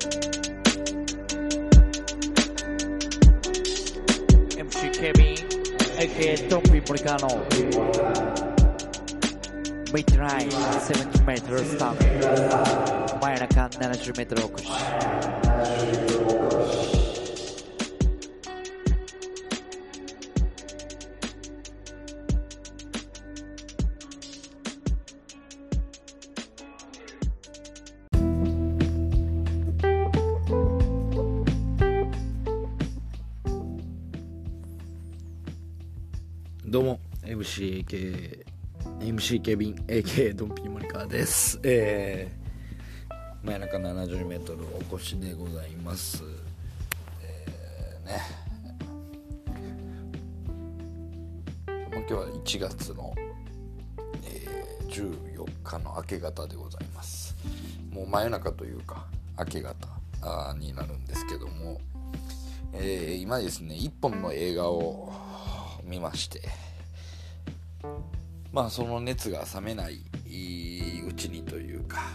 MC ケビン aka トンビモリカのミッドナイト 70m スタート真夜中 70m 起こしどうも MC ケビン AK ドンピーモリカーです。真夜中70メートルお越しでございます。今日は1月の、14日の明け方でございます。もう真夜中というか明け方になるんですけども、今ですね一本の映画を見まして、その熱が冷めないうちにというか、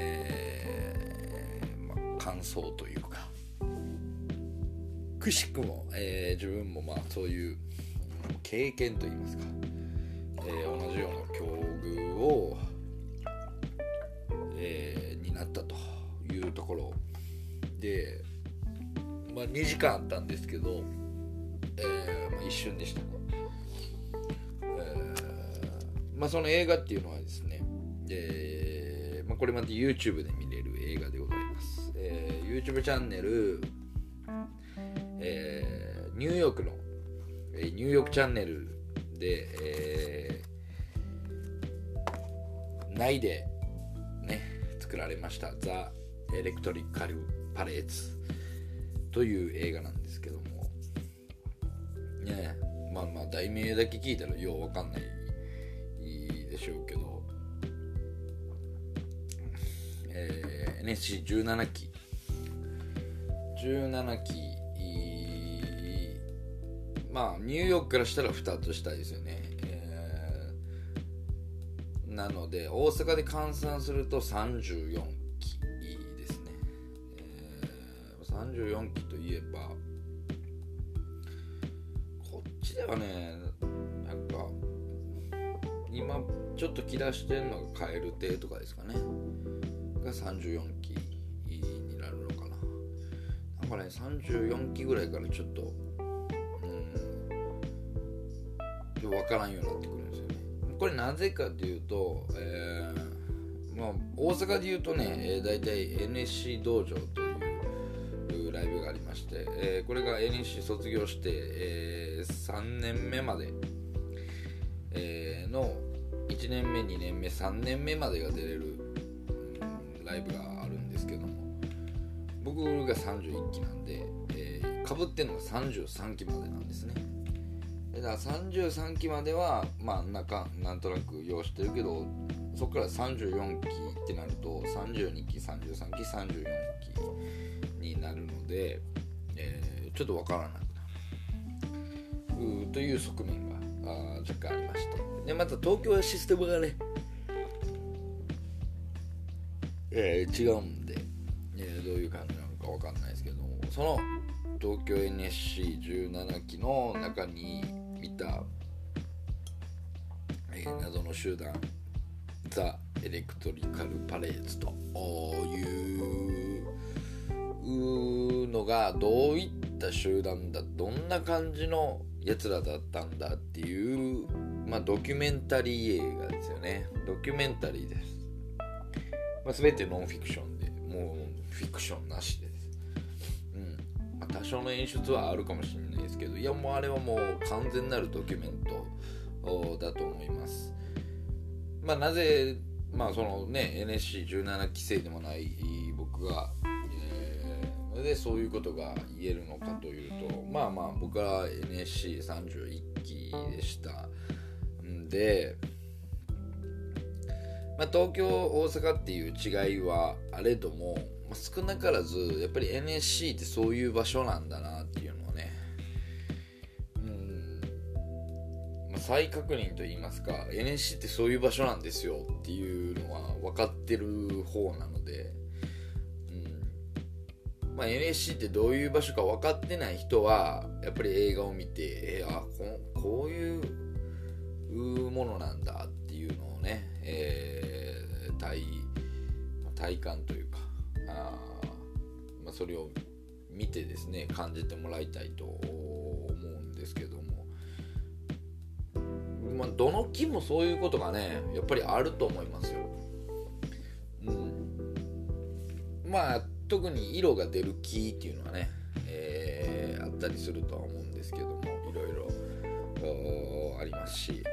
感想というかくしくも、自分もそういう経験といいますか、同じような境遇を、になったというところで、2時間あったんですけど、一瞬でした。その映画っていうのはですね、これまで YouTube で見れる映画でございます。YouTube チャンネル、ニューヨークの、ニューヨークチャンネルで、内でね作られましたザ・エレクトリカル・パレーツという映画なんですけどもね、題名だけ聞いたらようわかんないでしょうけど、NSC17 期ニューヨークからしたら2つ下ですよね、なので大阪で換算すると34期ですね、34期といえばこっちではねなんか今ちょっと気出してるのがカエル亭とかですかねが34期になるのかな。なんかね34期ぐらいからちょっと分からんようになってくるんですよね。これなぜかというと、大阪でいうとね、だいたい NSC 道場というライブがありまして、これが NSC 卒業して、3年目まで、の1年目2年目3年目までが出れる、ライブがあるんですけども、僕が31期なんで、被ってるのが33期までなんですね。だから33期まではなんとなく要してるけど、そこから34期ってなると32期33期34期になるので、ちょっとわからなくなるという側面が若干ありまして、でまた東京はシステムがね、違うんで、どういう感じなのかわかんないですけども、その東京 NSC17 期の中に見た、謎の集団ザ・エレクトリカル・パレーツというのがどういった集団だ、どんな感じのやつらだったんだっていう、ドキュメンタリー映画ですよね。ドキュメンタリーです。全てノンフィクションで、もうフィクションなしです。多少の演出はあるかもしれないですけど、いやもうあれはもう完全なるドキュメントだと思います。なぜそのね NSC17 期生でもない僕が、でそういうことが言えるのかというと、僕は NSC31 期でしたんで、東京大阪っていう違いはあれども、少なからずやっぱり NSC ってそういう場所なんだなっていうのをね、再確認といいますか、 NSC ってそういう場所なんですよっていうのは分かってる方なので、 NSC ってどういう場所か分かってない人はやっぱり映画を見て、こういうものなんだっていうのをね、体感というかそれを見てですね感じてもらいたいと思うんですけども、どの木もそういうことがねやっぱりあると思いますよ。特に色が出る木っていうのはね、あったりするとは思うんですけども、いろいろありますし、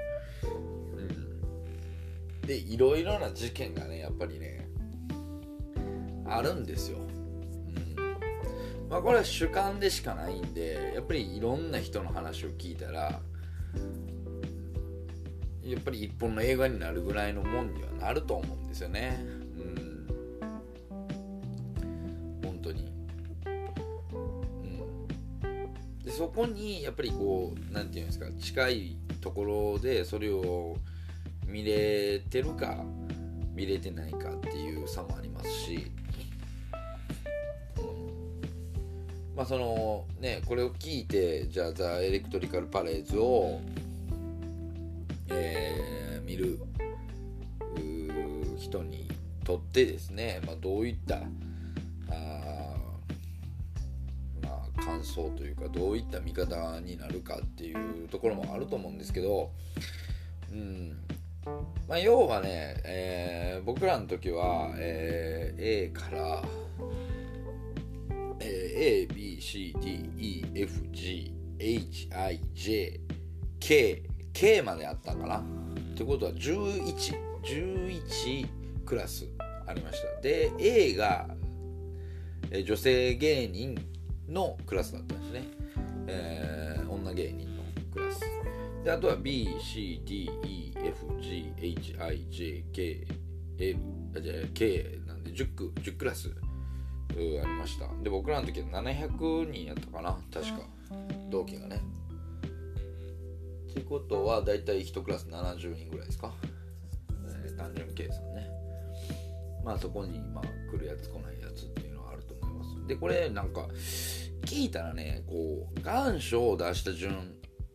でいろいろな事件がねやっぱりねあるんですよ。これは主観でしかないんで、やっぱりいろんな人の話を聞いたらやっぱり一本の映画になるぐらいのもんにはなると思うんですよね。本当に。でそこにやっぱりなんていうんですか、近いところでそれを見れてるか見れてないかっていう差もありますし、そのねこれを聞いてじゃあザ・エレクトリカル・パレーズを、見る人にとってですね、どういった感想というかどういった見方になるかっていうところもあると思うんですけど、要はね、僕らの時は、A からA, B, C, D, E, F, G, H, I, J, K まであったかなってことは11クラスありました。で A が女性芸人のクラスだったんですね、女芸人のクラスで、あとは B, C, D, E, F, G, H, I, J, K, L K なんで10クラスありました。で僕らの時は700人やったかな確か同期がね。ってことはだいたい1クラス70人ぐらいですか、単純計算ね。そこに来るやつ来ないやつっていうのはあると思います。でこれなんか聞いたらね願書を出した順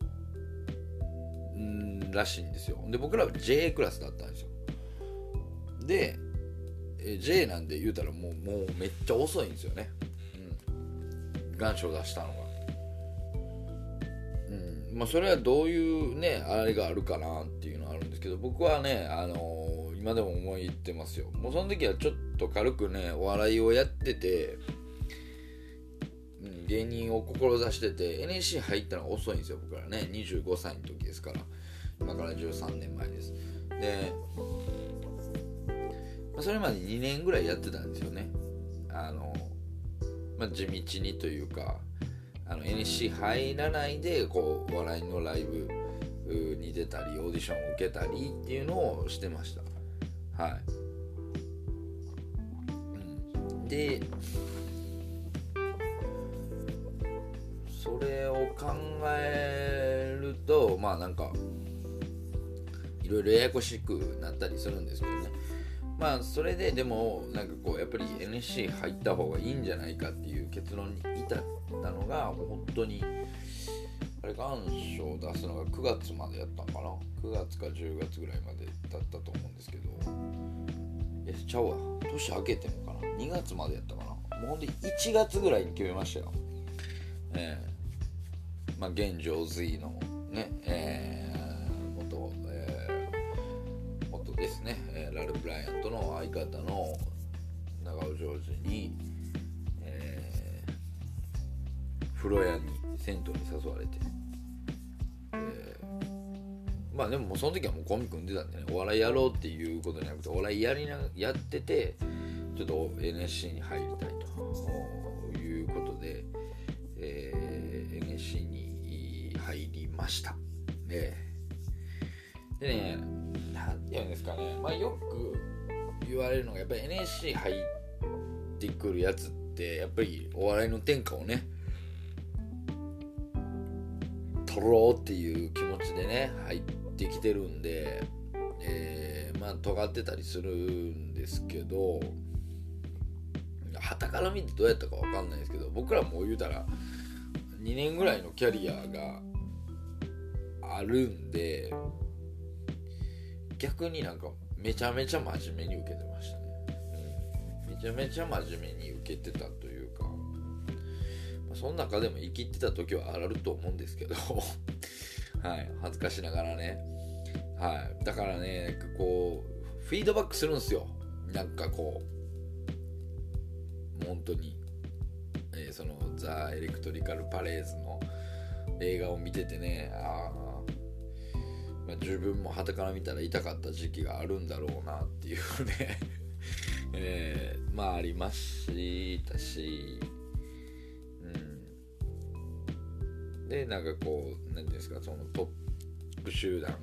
らしいんですよ。で僕らは J クラスだったんですよ。でJ なんで言うたらもうめっちゃ遅いんですよね、願書を出したのが。それはどういうねあれがあるかなっていうのはあるんですけど、僕はね今でも思いってますよ。もうその時はちょっと軽くねお笑いをやってて、芸人を志してて NSC 入ったのが遅いんですよ。僕らね25歳の時ですから、今から13年前です。でそれまで2年ぐらいやってたんですよね。地道にというかNSC 入らないでお笑いのライブに出たりオーディションを受けたりっていうのをしてました。でそれを考えるとなんかいろいろややこしくなったりするんですけどね。それでもなんかやっぱり NSC 入った方がいいんじゃないかっていう結論に至ったのが本当に願書を出すのが9月までやったのかな。9月か10月ぐらいまでだったと思うんですけど、ちゃうわ、年明けてもかな、2月までやったかな。もうほんで1月ぐらいに決めましたよ。現状髄のね、元ですね、ラルフ・ブライアントの相方の長尾ジョージに、風呂屋に銭湯に誘われて、でもその時はもうコンビ組んでたんでね、お笑いやろうっていうことじゃなくてお笑いやっててちょっと NSC に入りたいということで、NSC に入りました。でね、なんて言うんですかね、よく言われるのがやっぱり NSC 入ってくるやつってやっぱりお笑いの天下をね取ろうっていう気持ちでね入ってきてるんで、尖ってたりするんですけど、 旗から見てどうやったか分かんないですけど、僕らもう言うたら2年ぐらいのキャリアがあるんで、逆になんかめちゃめちゃ真面目に受けてましたね、めちゃめちゃ真面目に受けてたというか、その中でも生きてた時はあると思うんですけどはい、恥ずかしながらね、はい、だからね、こうフィードバックするんですよ。なんかこう本当に、そのザ・エレクトリカル・パレーズの映画を見ててね、自分も傍から見たら痛かった時期があるんだろうなっていうねありましたし、でなんかこう何ていうんですか、そのトップ集団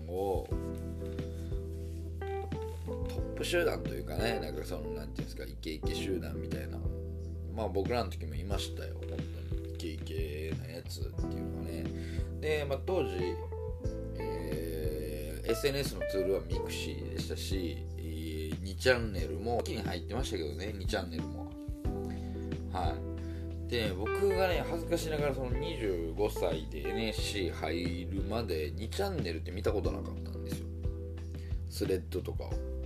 というかね、なんかその何ていうんですか、イケイケ集団みたいな、僕らの時もいましたよ、本当にイケイケなやつっていうのがね。で、当時、SNS のツールはミクシーでしたし、2チャンネルも一気に入ってましたけどね、2チャンネルも。はい。で、僕がね、恥ずかしながらその25歳で NSC 入るまで2チャンネルって見たことなかったんですよ。スレッドとかを。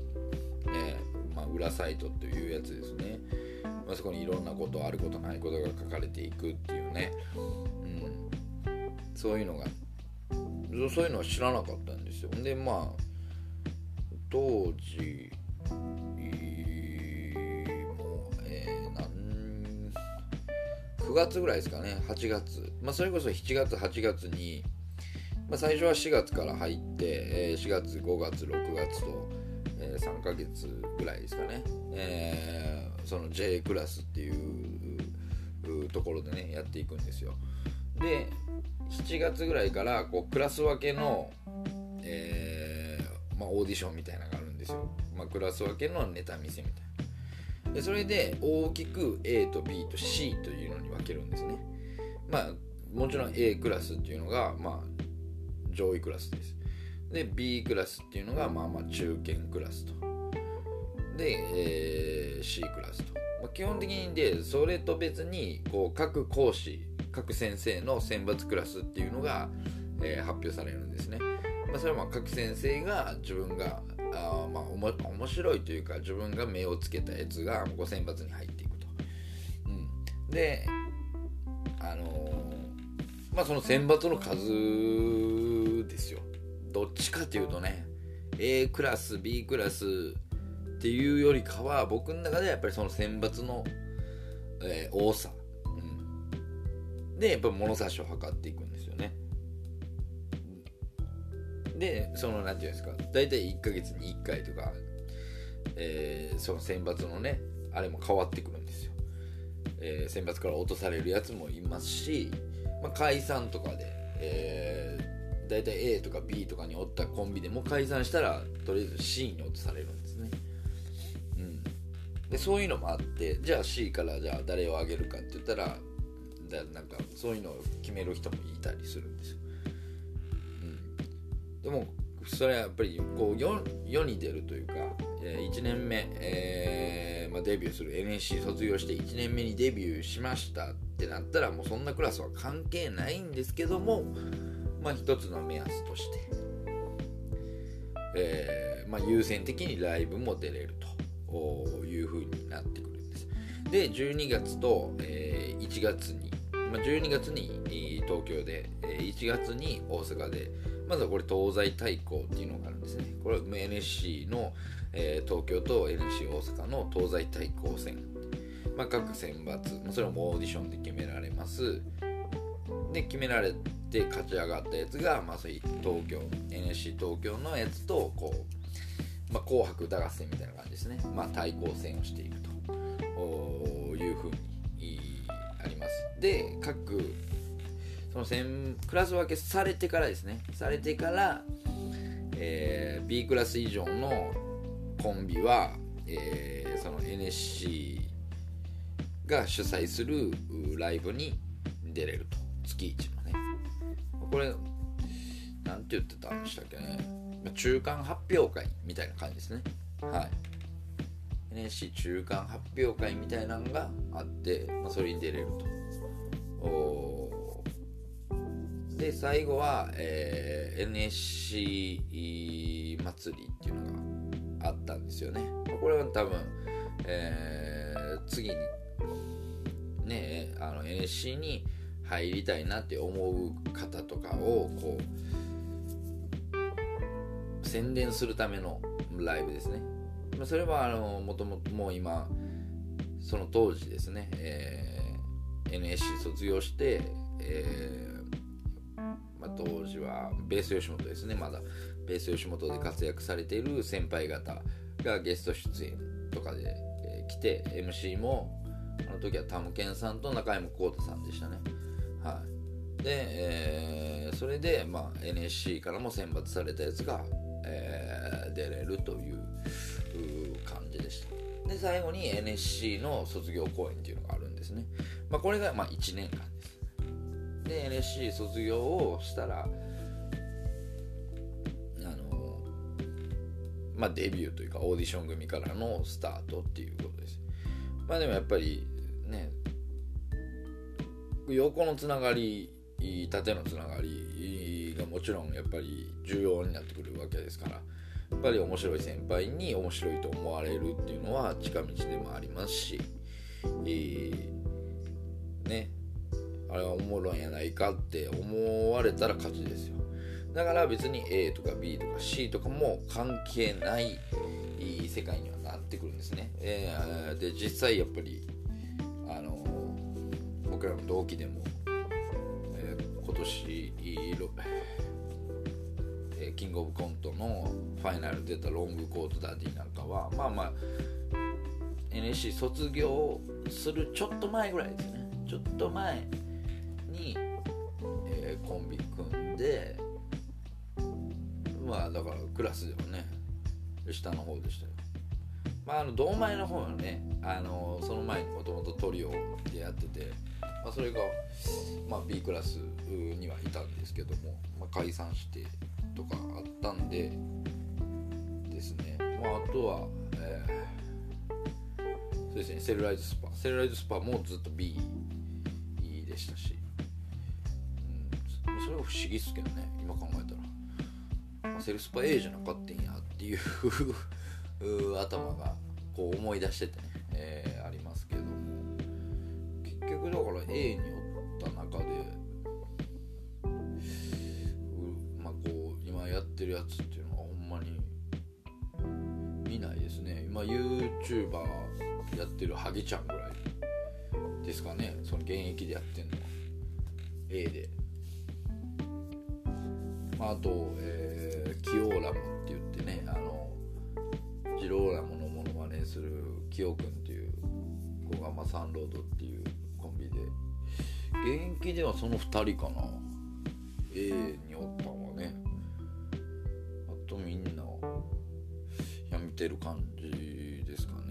裏サイトっていうやつですね。そこにいろんなこと、あることないことが書かれていくっていうね。そういうのは知らなかったんですよ。で、当時も9月ぐらいですかね、8月、それこそ7月8月に、最初は4月から入って、4月5月6月と、3ヶ月ぐらいですかね、その J クラスっていうところでねやっていくんですよ。で7月ぐらいからこうクラス分けの、オーディションみたいなのがあるんですよ。クラス分けのネタ見せみたいな。でそれで大きく A と B と C というのに分けるんですね。もちろん A クラスっていうのが上位クラスです。で B クラスっていうのが中堅クラスと。で、C クラスと。基本的にでそれと別にこう各講師各先生の選抜クラスっていうのが、発表されるんですね。それは各先生が自分が面白いというか自分が目をつけたやつがこう選抜に入っていくと。でその選抜の数ですよ。どっちかというとね A クラス B クラスっていうよりかは僕の中ではやっぱりその選抜の、多さ、でやっぱ物差しを測っていくんですよね。でそのなんていうんですか、だいたい1ヶ月に1回とか、その選抜のねあれも変わってくるんですよ。選抜から落とされるやつもいますし、解散とかで、だいたい A とか B とかにおったコンビでも解散したらとりあえず C に落とされるんですね。でそういうのもあって、じゃあ C からじゃあ誰を上げるかって言ったらなんかそういうのを決める人もいたりするんですよ。でもそれはやっぱりこう 世に出るというか、1年目、デビューする NSC 卒業して1年目にデビューしましたってなったらもうそんなクラスは関係ないんですけども、一つの目安として、優先的にライブも出れるという風になってくるんです。で12月と、1月に、12月に東京で、1月に大阪で、まずはこれ東西対抗っていうのがあるんですね。これは NSC の、東京と NSC 大阪の東西対抗戦、各選抜、それもオーディションで決められます。で決められて勝ち上がったやつが、そういう東京 NSC 東京のやつとこう、紅白歌合戦みたいな感じですね。対抗戦をしていくというふうにあります。で各そのクラス分けされてからですね、B クラス以上のコンビは、その NSC が主催するライブに出れると。月1のね、これなんて言ってたんでしたっけね、中間発表会みたいな感じですね。NSC 中間発表会みたいなのがあって、それに出れると。で最後は、NSC 祭りっていうのがあったんですよね。これは多分、次にねNSC に入りたいなって思う方とかをこう宣伝するためのライブですね。それはもともともう今その当時ですね、NSC 卒業して、当時はベース吉本ですね。まだベース吉本で活躍されている先輩方がゲスト出演とかで、来て MC もあの時はタムケンさんと中山浩太さんでしたね。はい。で、それで、NSC からも選抜されたやつが、出れるという感じでした。で最後に NSC の卒業公演っていうのがあるんですね。これが1年間です。で NSC 卒業をしたらデビューというかオーディション組からのスタートっていうことです。でもやっぱりね、横のつながり縦のつながりがもちろんやっぱり重要になってくるわけですから、やっぱり面白い先輩に面白いと思われるっていうのは近道でもありますし、ね、あれはおもろいんやないかって思われたら勝ちですよ。だから別に A とか B とか C とかも関係ない世界にはなってくるんですね。で実際やっぱり僕らの同期でも、今年キングオブコントのファイナル出たロングコートダディなんかはNSC 卒業するちょっと前ぐらいですね。ちょっと前に、コンビ組んでだからクラスではね下の方でしたよ。同前の方はねその前にもともとトリオでやってて、それが、B クラスにはいたんですけども、解散してとかあったんでですね。あとは、そうですね、セルライズスパもずっと B でしたし、それは不思議っすけどね、今考えたら、セルスパ A じゃなかったんやっていう頭がこう思い出しててね、ありますけども、結局だから A におった中でこう今やってるやつっていうのはほんまに見ないですね。今 YouTuber やってるハゲちゃんぐらいですかね、その現役でやってんのは A で。あと、キオーラムって言ってね、ジローラムのモノマネするキヨくんっていう子がサンロードっていうコンビで、現役ではその2人かな、 A におったんはね。あとみんなやめてる感じですかね。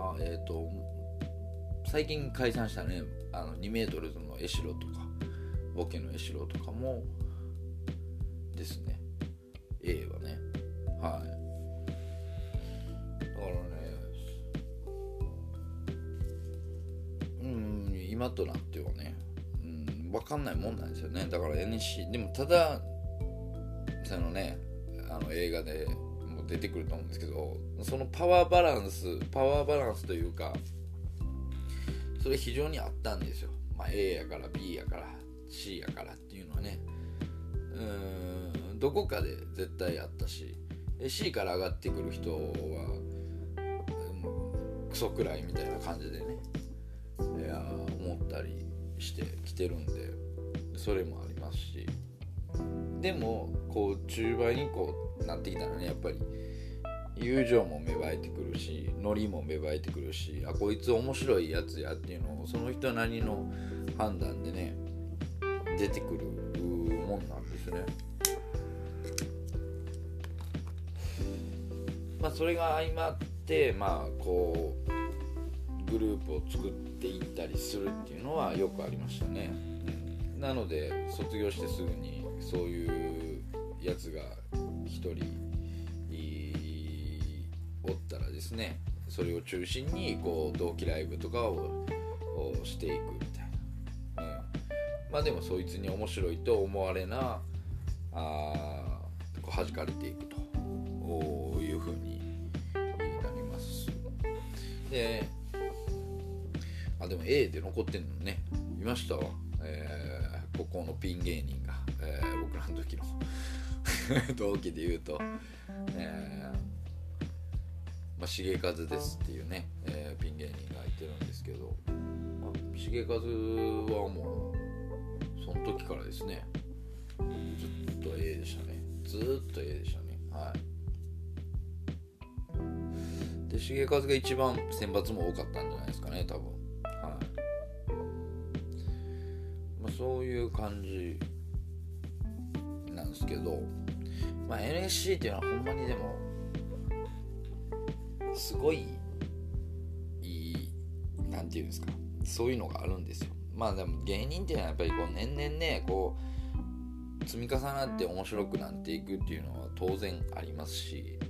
最近解散したね2メートルズのエシロとかボケのエシロとかもですね、 A はね。はい。だからね、今となってはね、分かんないもんなんですよね。だから NSC でもただそのね映画でも出てくると思うんですけど、そのパワーバランスというか、それ非常にあったんですよ。A やから B やから C やからっていうのはね、どこかで絶対あったし、C から上がってくる人は、クソくらいみたいな感じでね、思ったりしてきてるんで、それもありますし、でもこう中盤にこうなってきたらね、やっぱり友情も芽生えてくるし、ノリも芽生えてくるし、こいつ面白いやつやっていうのをその人なりの判断でね出てくるもんなんですね。それが相まってこうグループを作っていったりするっていうのはよくありましたね。なので卒業してすぐにそういうやつが一人おったらですね、それを中心にこう同期ライブとかををしていくみたいな、まあでもそいつに面白いと思われなこう弾かれていくという風になります。ででも A で残ってんのねいましたわ、ここのピン芸人が、僕らの時の同期で言うと、重和ですっていうね、ピン芸人がいてるんですけど、重和はもうその時からですねずっと A でしたね。ずっと A でしたね。はい。で重和が一番選抜も多かったんじゃないですかね多分。はい。そういう感じなんですけど、NSC っていうのはほんまにでもすごいいいなんていうんですか、そういうのがあるんですよ。でも芸人っていうのはやっぱりこう年々ねこう積み重なって面白くなっていくっていうのは当然ありますし、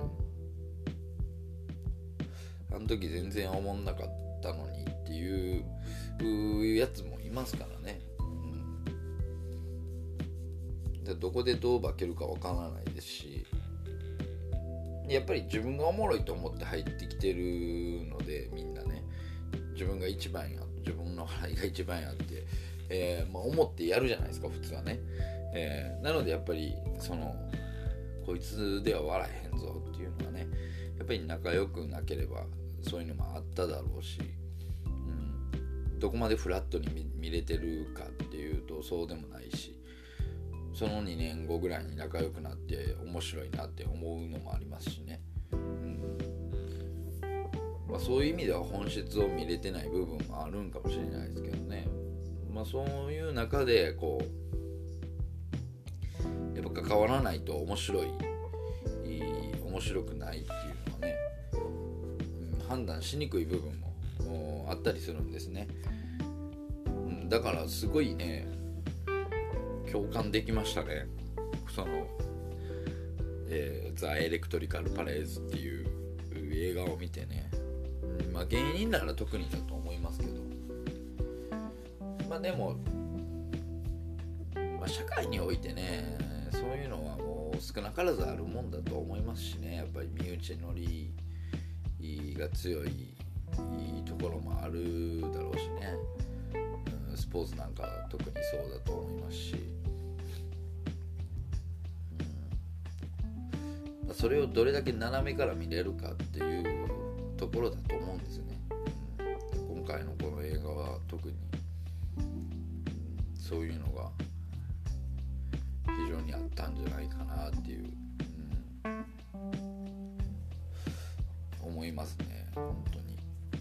あの時全然思んなかったのにっていうやつもいますからね。でどこでどう化けるかわからないですし、やっぱり自分がおもろいと思って入ってきてるのでみんなね、自分が一番や、自分の笑いが一番やって、思ってやるじゃないですか普通はね、なのでやっぱりこいつでは笑えへんぞっていうのはね、やっぱり仲良くなければそういうのもあっただろうし、どこまでフラットに 見れてるかっていうとそうでもないし、その2年後ぐらいに仲良くなって面白いなって思うのもありますしね、そういう意味では本質を見れてない部分もあるんかもしれないですけどね。そういう中でこうやっぱ関わらないと面白くないっていうのはね、判断しにくい部分もあったりするんですね。だからすごいね共感できましたね。ザ・エレクトリカル・パレーズっていう映画を見てね、芸人なら特にだと思いますけど、でも、社会においてねそういうのはもう少なからずあるもんだと思いますしね。やっぱり身内乗りが強いところもあるだろうしね、スポーツなんか特にそうだと思いますし、それをどれだけ斜めから見れるかっていうところだと思うんですよね。今回のこの映画は特に、そういうのが非常にあったんじゃないかなっていう、思いますね本当に。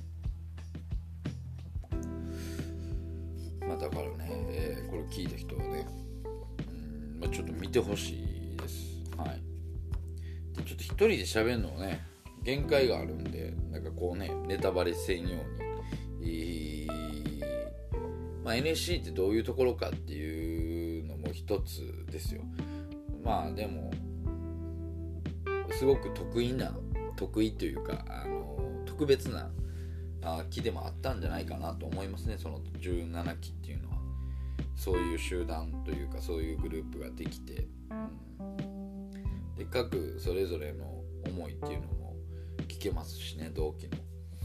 だからね、これ聞いた人はね、ちょっと見てほしいです。はい。でちょっと一人で喋るのね限界があるんで、こうねネタバレせんように、NSC ってどういうところかっていうのも一つですよ。でもすごく得意というか特別な期でもあったんじゃないかなと思いますね。その17期っていうのはそういう集団というかそういうグループができて、で各それぞれの思いっていうのも聞けますしね、同期の、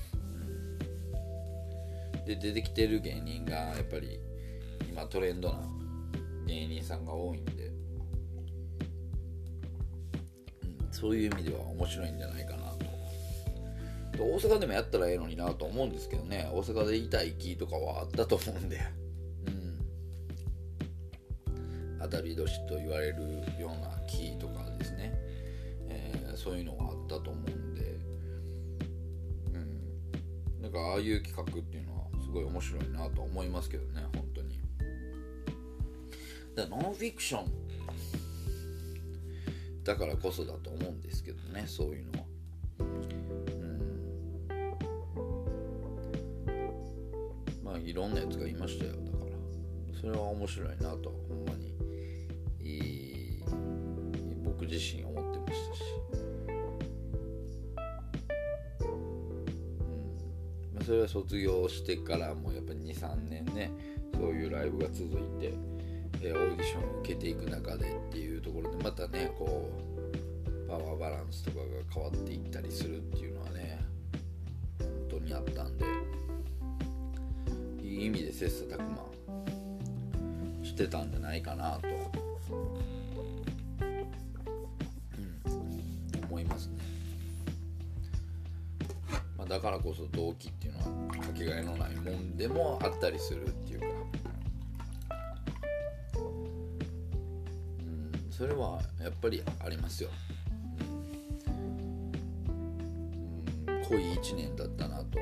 で出てきてる芸人がやっぱり今トレンドな芸人さんが多いんで、そういう意味では面白いんじゃないかなと。大阪でもやったらええのになと思うんですけどね。大阪で痛い気とかはあったと思うんで、当たり年と言われるような気とかですね、そういうのはあったと思うんで、ああいう企画っていうのはすごい面白いなと思いますけどね、本当に。だからノンフィクションだからこそだと思うんですけどね、そういうのは。いろんなやつがいましたよ。だからそれは面白いなとほんまに僕自身思ってましたし、 それは卒業してからもやっぱり 2,3 年ねそういうライブが続いて、オーディションを受けていく中でっていうところでまたねこうパワーバランスとかが変わっていったりするっていうのはね本当にあったんで、いい意味で切磋琢磨してたんじゃないかなと、思いますね。だからこそ動機っていうのはかけがえのないもんでもあったりするっていうか、それはやっぱりありますよ。濃い1年だったなと、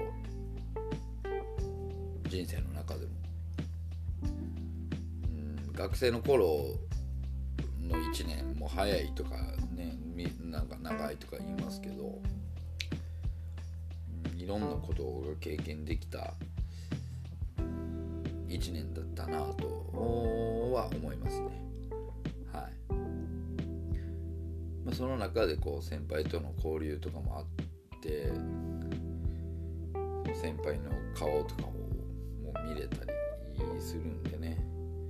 人生の中でも。学生の頃の1年も早いとかね、なんか長いとか言いますけど、いろんなことが経験できた1年だったなとは思いますね。はい。その中でこう先輩との交流とかもあって、先輩の顔とかも見れたりするんでね、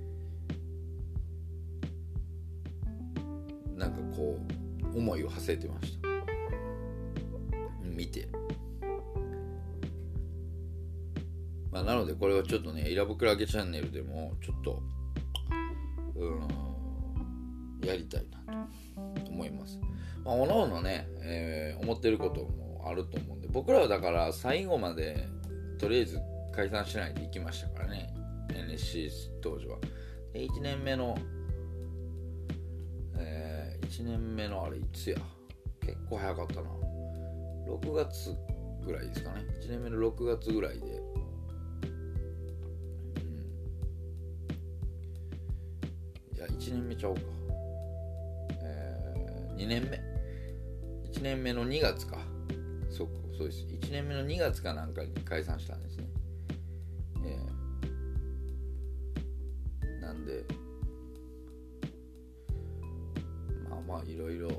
なんかこう思いを馳せてました。見て。なのでこれはちょっとね、イラブクラゲチャンネルでもちょっとやりたいなと思います。おのおのね、思ってることもあると思うんで、僕らはだから最後までとりあえず解散しないでいきましたからね、 NSC 当時は。で1年目の1年目のあれいつや、結構早かったな、6月ぐらいですかね。1年目の6月ぐらいで、いや1年目ちゃうか、2年目1年目の2月か、そうです。1年目の2月かなんかに解散したんですね。なんでいろいろ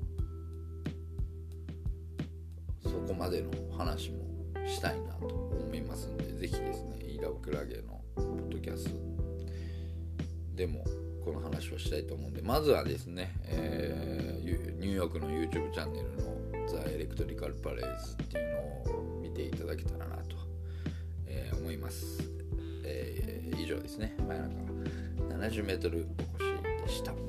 そこまでの話もしたいなと思いますんで、ぜひですね、イラブクラゲのポッドキャストでもこの話をしたいと思うんで、まずはですね、ニューヨークの YouTube チャンネルの The Electrical Parades っていうのを見ていただけたらなと、思います。以上ですね。真夜中70メートルお越しでした。